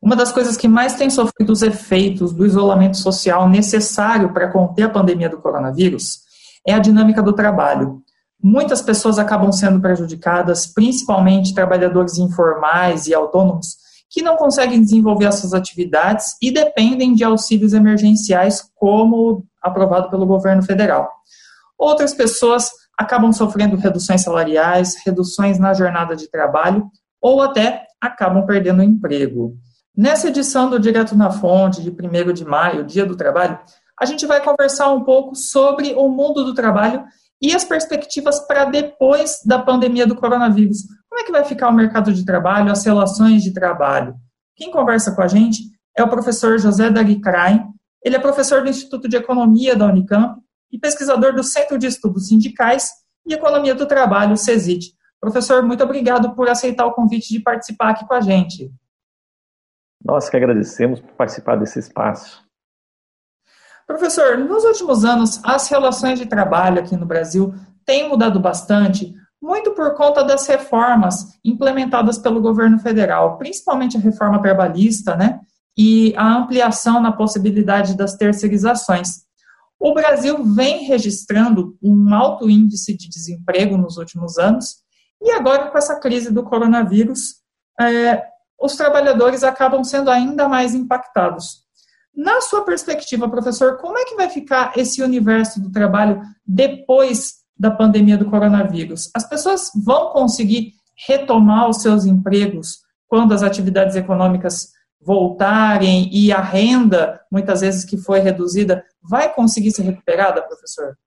Uma das coisas que mais tem sofrido os efeitos do isolamento social necessário para conter a pandemia do coronavírus é a dinâmica do trabalho. Muitas pessoas acabam sendo prejudicadas, principalmente trabalhadores informais e autônomos, que não conseguem desenvolver as suas atividades e dependem de auxílios emergenciais, como aprovado pelo governo federal. Outras pessoas acabam sofrendo reduções salariais, reduções na jornada de trabalho ou até acabam perdendo o emprego. Nessa edição do Direto na Fonte, de 1º de maio, Dia do Trabalho, a gente vai conversar um pouco sobre o mundo do trabalho e as perspectivas para depois da pandemia do coronavírus. Como é que vai ficar o mercado de trabalho, as relações de trabalho? Quem conversa com a gente é o professor José Dari Krain. Ele é professor do Instituto de Economia da Unicamp e pesquisador do Centro de Estudos Sindicais e Economia do Trabalho, CESIT. Professor, muito obrigado por aceitar o convite de participar aqui com a gente. Nós que agradecemos por participar desse espaço. Professor, nos últimos anos, as relações de trabalho aqui no Brasil têm mudado bastante, muito por conta das reformas implementadas pelo governo federal, principalmente a reforma trabalhista, né, e a ampliação na possibilidade das terceirizações. O Brasil vem registrando um alto índice de desemprego nos últimos anos, e agora com essa crise do coronavírus, os trabalhadores acabam sendo ainda mais impactados. Na sua perspectiva, professor, como é que vai ficar esse universo do trabalho depois da pandemia do coronavírus? As pessoas vão conseguir retomar os seus empregos quando as atividades econômicas voltarem e a renda, muitas vezes que foi reduzida, vai conseguir ser recuperada, professor?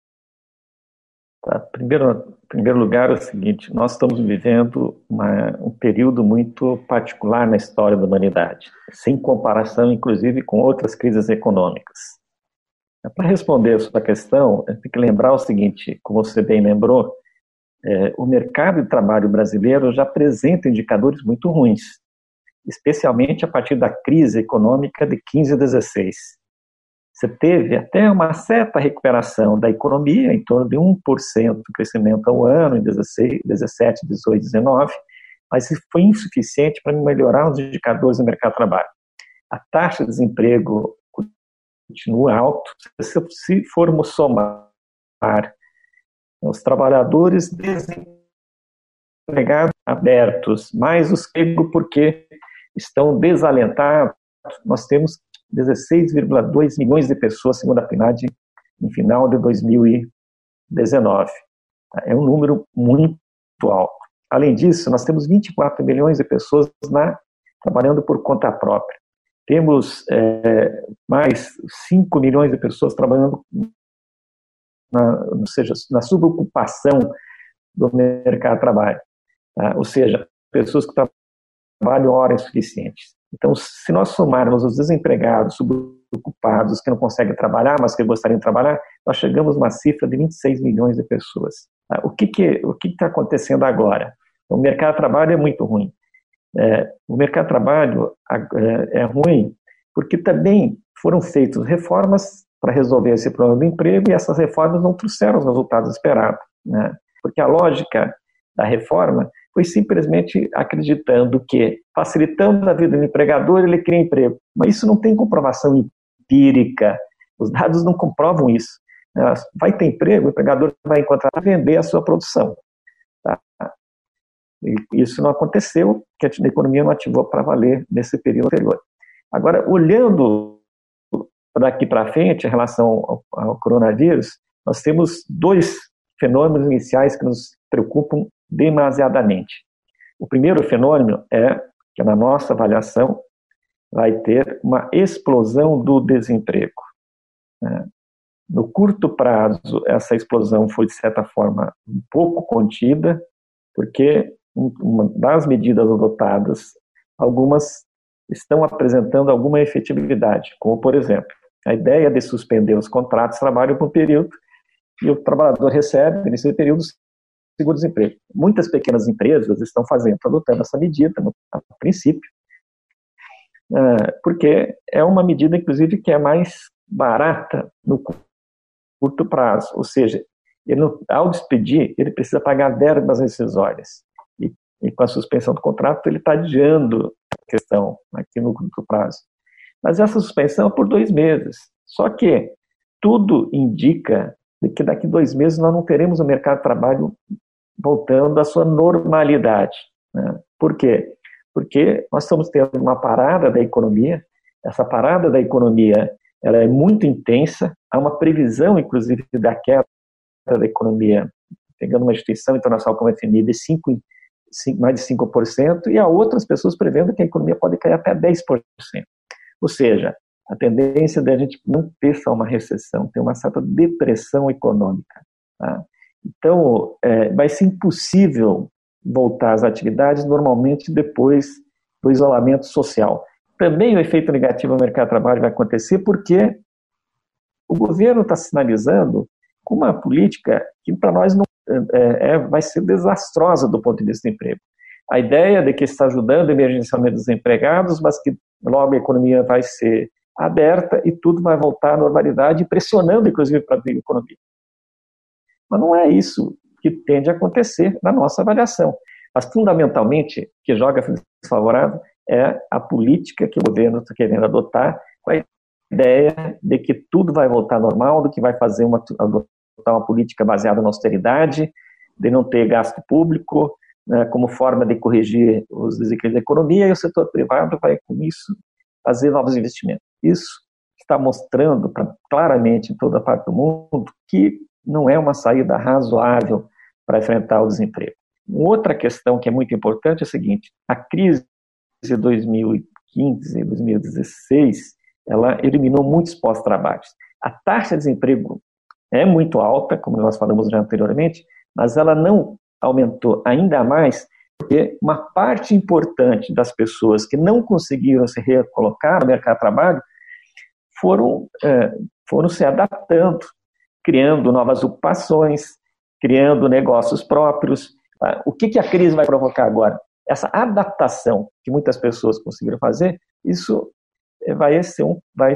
Em primeiro lugar, é o seguinte: nós estamos vivendo um período muito particular na história da humanidade, sem comparação, inclusive, com outras crises econômicas. Para responder a sua questão, tem que lembrar o seguinte: como você bem lembrou, o mercado de trabalho brasileiro já apresenta indicadores muito ruins, especialmente a partir da crise econômica de 15 a 16. Você teve até uma certa recuperação da economia, em torno de 1% de crescimento ao ano, em 16, 17, 18, 19, mas isso foi insuficiente para melhorar os indicadores do mercado de trabalho. A taxa de desemprego continua alta. Se formos somar os trabalhadores desempregados abertos, mais os empregos porque estão desalentados, nós temos 16,2 milhões de pessoas, segundo a PNAD, no final de 2019. É um número muito alto. Além disso, nós temos 24 milhões de pessoas trabalhando por conta própria. Temos mais 5 milhões de pessoas trabalhando na subocupação do mercado de trabalho. Ou seja, pessoas que trabalham horas suficientes. Então, se nós somarmos os desempregados, subocupados, que não conseguem trabalhar, mas que gostariam de trabalhar, nós chegamos a uma cifra de 26 milhões de pessoas. O que está acontecendo agora? O mercado de trabalho é muito ruim. O mercado de trabalho é ruim porque também foram feitas reformas para resolver esse problema do emprego e essas reformas não trouxeram os resultados esperados, né? Porque a lógica da reforma foi simplesmente acreditando que, facilitando a vida do empregador, ele cria emprego. Mas isso não tem comprovação empírica. Os dados não comprovam isso. Vai ter emprego, o empregador vai encontrar e vender a sua produção. Tá? E isso não aconteceu, porque a economia não ativou para valer nesse período anterior. Agora, olhando daqui para frente, em relação ao coronavírus, nós temos dois fenômenos iniciais que nos preocupam demasiadamente. O primeiro fenômeno é que, na nossa avaliação, vai ter uma explosão do desemprego. No curto prazo, essa explosão foi, de certa forma, um pouco contida, porque uma das medidas adotadas, algumas estão apresentando alguma efetividade, como, por exemplo, a ideia de suspender os contratos de trabalho por um período e o trabalhador recebe, nesse período, seguro-desemprego. Muitas pequenas empresas estão adotando essa medida, a princípio, porque é uma medida, inclusive, que é mais barata no curto prazo. Ou seja, ao despedir, ele precisa pagar verbas rescisórias. E com a suspensão do contrato, ele está adiando questão aqui no curto prazo. Mas essa suspensão é por 2 meses. Só que tudo indica que daqui a 2 meses nós não teremos o mercado de trabalho voltando à sua normalidade. Né? Por quê? Porque nós estamos tendo uma parada da economia. Essa parada da economia ela é muito intensa. Há uma previsão, inclusive, da queda da economia, pegando uma instituição internacional como a FMI, de mais de 5%, e há outras pessoas prevendo que a economia pode cair até 10%. Ou seja, a tendência de a gente não ter só uma recessão, ter uma certa depressão econômica. Tá? Então, vai ser impossível voltar às atividades normalmente depois do isolamento social. Também o efeito negativo no mercado de trabalho vai acontecer porque o governo está sinalizando com uma política que para nós não vai ser desastrosa do ponto de vista do emprego. A ideia de que está ajudando emergencialmente os empregados, mas que logo a economia vai ser aberta e tudo vai voltar à normalidade, pressionando inclusive para a economia. Mas não é isso que tende a acontecer na nossa avaliação. Mas fundamentalmente, o que joga desfavorável é a política que o governo está querendo adotar, com a ideia de que tudo vai voltar ao normal, do que vai fazer adotar uma política baseada na austeridade, de não ter gasto público, né, como forma de corrigir os desequilíbrios da economia, e o setor privado vai, com isso, fazer novos investimentos. Isso está mostrando claramente em toda parte do mundo que não é uma saída razoável para enfrentar o desemprego. Outra questão que é muito importante é a seguinte: a crise de 2015 e 2016, ela eliminou muitos pós-trabalhos. A taxa de desemprego é muito alta, como nós falamos já anteriormente, mas ela não aumentou ainda mais porque uma parte importante das pessoas que não conseguiram se recolocar no mercado de trabalho foram se adaptando, criando novas ocupações, criando negócios próprios. O que a crise vai provocar agora? Essa adaptação que muitas pessoas conseguiram fazer, isso vai ser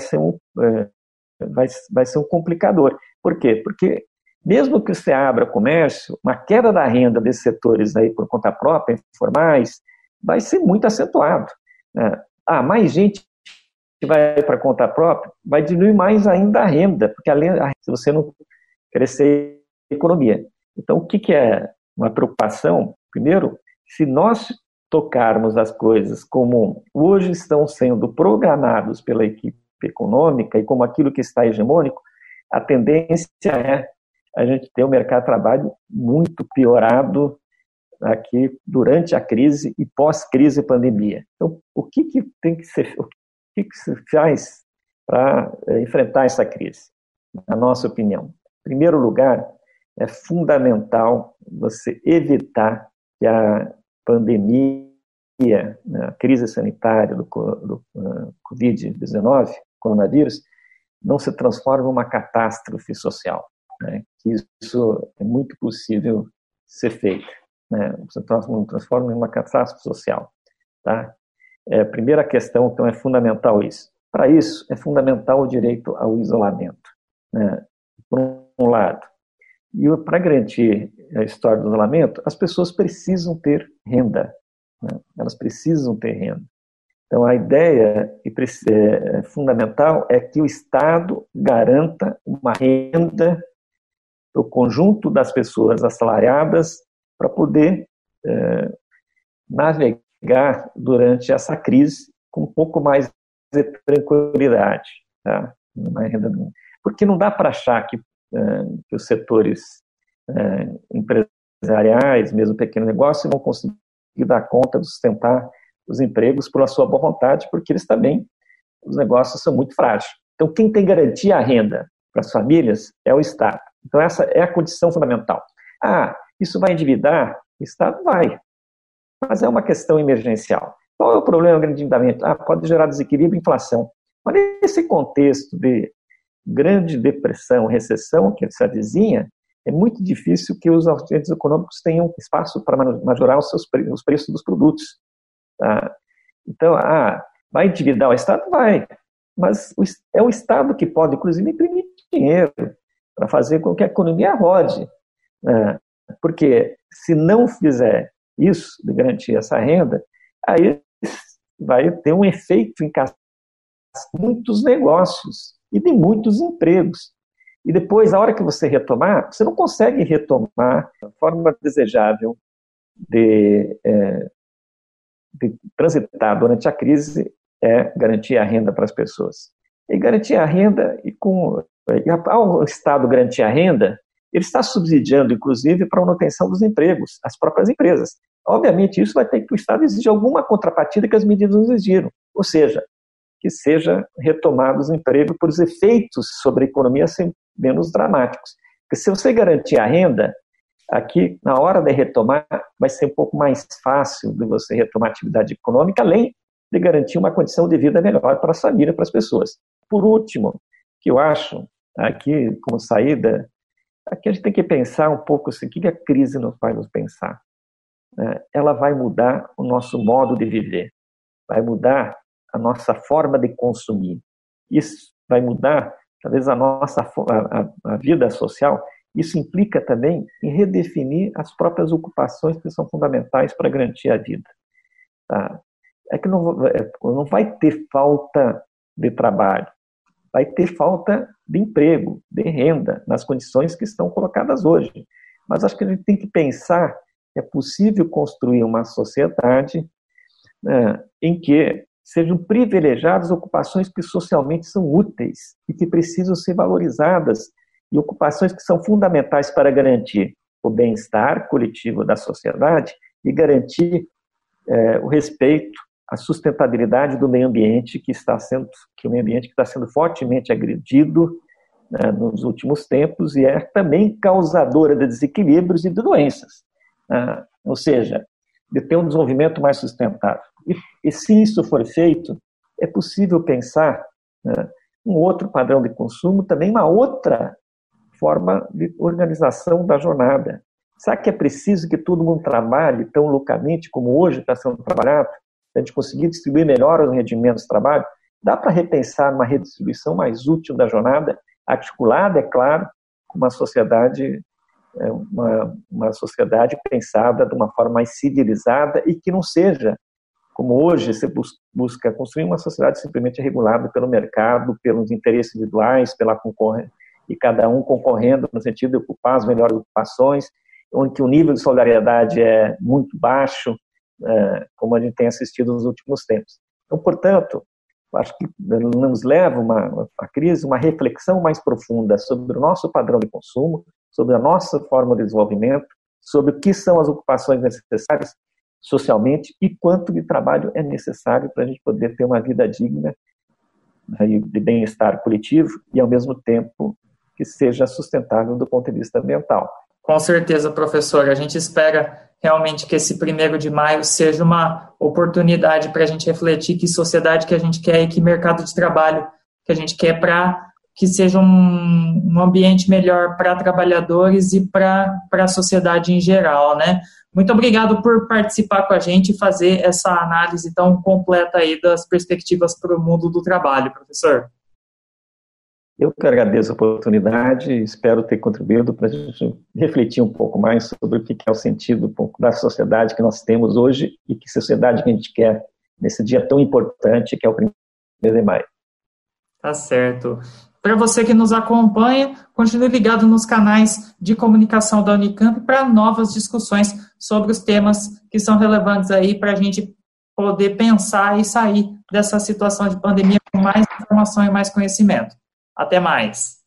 um complicador. Por quê? Porque mesmo que você abra comércio, uma queda da renda desses setores aí por conta própria, informais, vai ser muito acentuado. Mais gente que vai para conta própria, vai diminuir mais ainda a renda, porque se você não crescer a economia. Então, o que é uma preocupação? Primeiro, se nós tocarmos as coisas como hoje estão sendo programados pela equipe econômica e como aquilo que está hegemônico, a tendência é a gente ter um mercado de trabalho muito piorado aqui durante a crise e pós-crise e pandemia. Então, o que tem que ser, o que se faz para enfrentar essa crise? Na nossa opinião, em primeiro lugar, é fundamental você evitar que a pandemia, a crise sanitária do Covid-19, coronavírus, não se transforme em uma catástrofe social. Né? Que isso é muito possível ser feito. Né? Se transforma em uma catástrofe social. Tá? A primeira questão, então, é fundamental isso. Para isso, é fundamental o direito ao isolamento. Né? Por um lado. E para garantir a história do isolamento, as pessoas precisam ter renda. Né? Elas precisam ter renda. Então, a ideia fundamental é que o Estado garanta uma renda para o conjunto das pessoas assalariadas para poder navegar durante essa crise com um pouco mais de tranquilidade. Tá? Porque não dá para achar que os setores empresariais, mesmo pequeno negócio, vão conseguir dar conta de sustentar os empregos pela sua boa vontade, porque eles também, os negócios são muito frágeis. Então, quem tem garantia a renda para as famílias é o Estado. Então, essa é a condição fundamental. Isso vai endividar? O Estado vai. Mas é uma questão emergencial. Qual é o problema do endividamento? Pode gerar desequilíbrio e inflação. Mas nesse contexto de grande depressão, recessão, que se avizinha, é muito difícil que os agentes econômicos tenham espaço para majorar os preços dos produtos. Tá? Então, vai endividar o Estado? Vai. Mas é o Estado que pode, inclusive, imprimir dinheiro para fazer com que a economia rode. Porque se não fizer isso, de garantir essa renda, aí vai ter um efeito em muitos negócios e de muitos empregos. E depois, a hora que você retomar, você não consegue retomar a forma desejável de transitar durante a crise é garantir a renda para as pessoas. E garantir a renda, ao Estado garantir a renda, ele está subsidiando, inclusive, para a manutenção dos empregos, as próprias empresas. Obviamente, isso vai ter que o Estado exigir alguma contrapartida que as medidas não exigiram. Ou seja, que seja retomado o emprego por os efeitos sobre a economia serem menos dramáticos. Porque se você garantir a renda, aqui, na hora de retomar, vai ser um pouco mais fácil de você retomar a atividade econômica, além de garantir uma condição de vida melhor para a família, para as pessoas. Por último, que eu acho, aqui, como saída, aqui a gente tem que pensar um pouco assim, o que a crise nos faz nos pensar. Ela vai mudar o nosso modo de viver, vai mudar a nossa forma de consumir. Isso vai mudar, talvez, a nossa a vida social. Isso implica também em redefinir as próprias ocupações que são fundamentais para garantir a vida. Tá? É que não vai ter falta de trabalho, vai ter falta de emprego, de renda, nas condições que estão colocadas hoje. Mas acho que a gente tem que pensar que é possível construir uma sociedade em que sejam privilegiadas ocupações que socialmente são úteis e que precisam ser valorizadas, e ocupações que são fundamentais para garantir o bem-estar coletivo da sociedade e garantir o respeito, a sustentabilidade do meio ambiente que o meio ambiente que está sendo fortemente agredido nos últimos tempos e é também causadora de desequilíbrios e de doenças. Ou seja, de ter um desenvolvimento mais sustentável. E se isso for feito, é possível pensar um outro padrão de consumo, também uma outra forma de organização da jornada. Será que é preciso que todo mundo trabalhe tão loucamente como hoje está sendo trabalhado? A gente conseguir distribuir melhor os rendimentos do trabalho? Dá para repensar uma redistribuição mais útil da jornada, articulada, é claro, com uma sociedade pensada de uma forma mais civilizada e que não seja, como hoje se busca construir uma sociedade simplesmente regulada pelo mercado, pelos interesses individuais, pela concorrência, e cada um concorrendo no sentido de ocupar as melhores ocupações, onde o nível de solidariedade é muito baixo, como a gente tem assistido nos últimos tempos. Então, portanto, acho que nos leva a crise uma reflexão mais profunda sobre o nosso padrão de consumo, sobre a nossa forma de desenvolvimento, sobre o que são as ocupações necessárias socialmente e quanto de trabalho é necessário para a gente poder ter uma vida digna de bem-estar coletivo e, ao mesmo tempo, que seja sustentável do ponto de vista ambiental. Com certeza, professor. A gente espera realmente que esse 1º de maio seja uma oportunidade para a gente refletir que sociedade que a gente quer e que mercado de trabalho que a gente quer para que seja um ambiente melhor para trabalhadores e para a sociedade em geral, né? Muito obrigado por participar com a gente e fazer essa análise tão completa aí das perspectivas para o mundo do trabalho, professor. Eu que agradeço a oportunidade e espero ter contribuído para a gente refletir um pouco mais sobre o que é o sentido da sociedade que nós temos hoje e que sociedade que a gente quer nesse dia tão importante que é o 1º de maio. Tá certo. Para você que nos acompanha, continue ligado nos canais de comunicação da Unicamp para novas discussões sobre os temas que são relevantes aí para a gente poder pensar e sair dessa situação de pandemia com mais informação e mais conhecimento. Até mais.